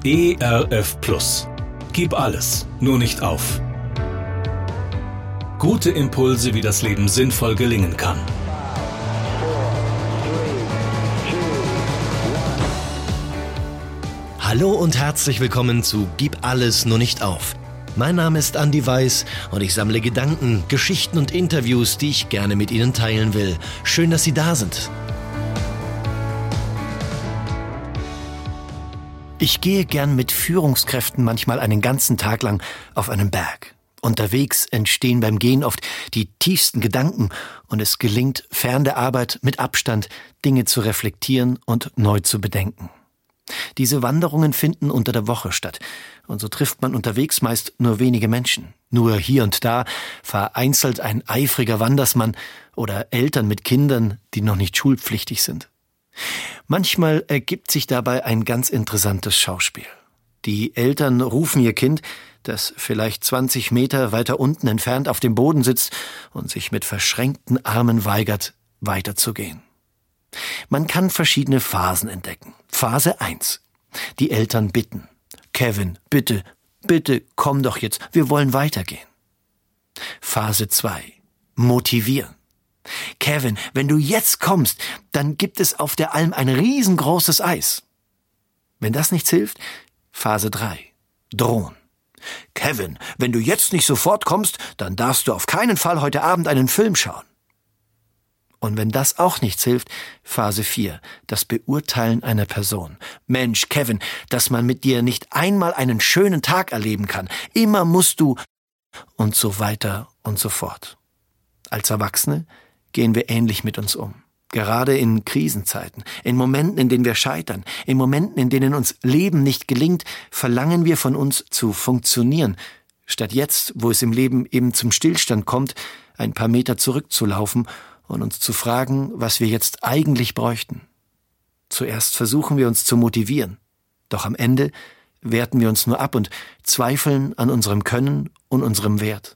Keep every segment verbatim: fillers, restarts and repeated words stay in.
E R F Plus. Gib alles, nur nicht auf. Gute Impulse, wie das Leben sinnvoll gelingen kann. Hallo und herzlich willkommen zu Gib alles, nur nicht auf. Mein Name ist Andi Weiß und ich sammle Gedanken, Geschichten und Interviews, die ich gerne mit Ihnen teilen will. Schön, dass Sie da sind. Ich gehe gern mit Führungskräften manchmal einen ganzen Tag lang auf einem Berg. Unterwegs entstehen beim Gehen oft die tiefsten Gedanken und es gelingt, fern der Arbeit mit Abstand Dinge zu reflektieren und neu zu bedenken. Diese Wanderungen finden unter der Woche statt und so trifft man unterwegs meist nur wenige Menschen. Nur hier und da vereinzelt ein eifriger Wandersmann oder Eltern mit Kindern, die noch nicht schulpflichtig sind. Manchmal ergibt sich dabei ein ganz interessantes Schauspiel. Die Eltern rufen ihr Kind, das vielleicht zwanzig Meter weiter unten entfernt auf dem Boden sitzt und sich mit verschränkten Armen weigert, weiterzugehen. Man kann verschiedene Phasen entdecken. Phase eins. Die Eltern bitten. Kevin, bitte, bitte, komm doch jetzt, wir wollen weitergehen. Phase zwei. Motivieren. Kevin, wenn du jetzt kommst, dann gibt es auf der Alm ein riesengroßes Eis. Wenn das nichts hilft, Phase drei. Drohen. Kevin, wenn du jetzt nicht sofort kommst, dann darfst du auf keinen Fall heute Abend einen Film schauen. Und wenn das auch nichts hilft, Phase vier, das Beurteilen einer Person. Mensch, Kevin, dass man mit dir nicht einmal einen schönen Tag erleben kann. Immer musst du und so weiter und so fort. Als Erwachsene gehen wir ähnlich mit uns um. Gerade in Krisenzeiten, in Momenten, in denen wir scheitern, in Momenten, in denen uns Leben nicht gelingt, verlangen wir von uns zu funktionieren, statt jetzt, wo es im Leben eben zum Stillstand kommt, ein paar Meter zurückzulaufen und uns zu fragen, was wir jetzt eigentlich bräuchten. Zuerst versuchen wir uns zu motivieren, doch am Ende werten wir uns nur ab und zweifeln an unserem Können und unserem Wert.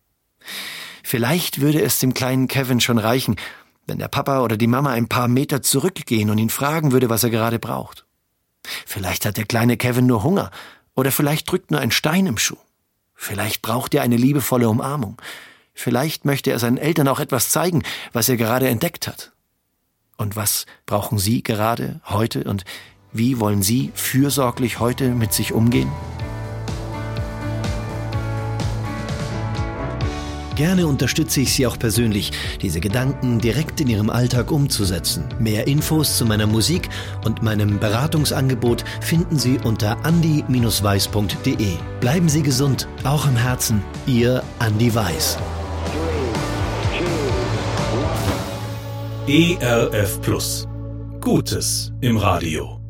Vielleicht würde es dem kleinen Kevin schon reichen, wenn der Papa oder die Mama ein paar Meter zurückgehen und ihn fragen würde, was er gerade braucht. Vielleicht hat der kleine Kevin nur Hunger oder vielleicht drückt nur ein Stein im Schuh. Vielleicht braucht er eine liebevolle Umarmung. Vielleicht möchte er seinen Eltern auch etwas zeigen, was er gerade entdeckt hat. Und was brauchen Sie gerade heute und wie wollen Sie fürsorglich heute mit sich umgehen? Gerne unterstütze ich Sie auch persönlich, diese Gedanken direkt in Ihrem Alltag umzusetzen. Mehr Infos zu meiner Musik und meinem Beratungsangebot finden Sie unter andi Bindestrich weiß punkt de. Bleiben Sie gesund, auch im Herzen. Ihr Andi Weiß. E R F Plus. Gutes im Radio.